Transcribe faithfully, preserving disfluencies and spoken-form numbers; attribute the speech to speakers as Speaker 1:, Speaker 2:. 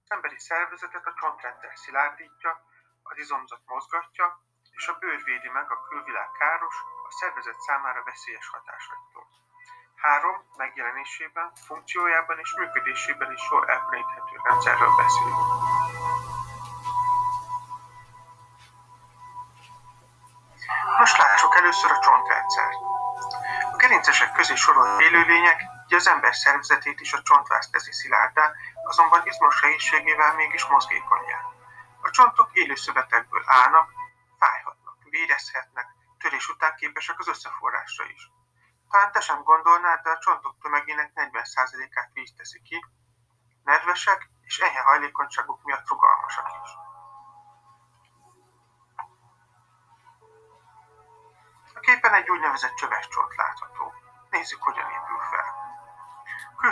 Speaker 1: Az emberi szervezetet a csontrendszer szilárdítja, az izomzat mozgatja, és a bőr védi meg a külvilág káros, a szervezet számára veszélyes hatásaitól. Három megjelenésében, funkciójában és működésében is sor elkülöníthető rendszerről beszélünk. Most lássuk először a csontrendszert. A gerincesek közé sorolt élőlények, így az ember szervezetét is a csontváz teszi szilárdá, azonban izmos helyiségével mégis mozgékonnyá. A csontok élőszövetekből állnak, fájhatnak, vérezhetnek, törés után képesek az összeforrásra is. Talán te sem gondolnád, de a csontok tömegének negyven százalékát víz teszi ki, nedvesek és enyhe hajlékonyságuk miatt rugalmasak is. A képen egy úgynevezett csöves csont látható. Nézzük, hogyan épül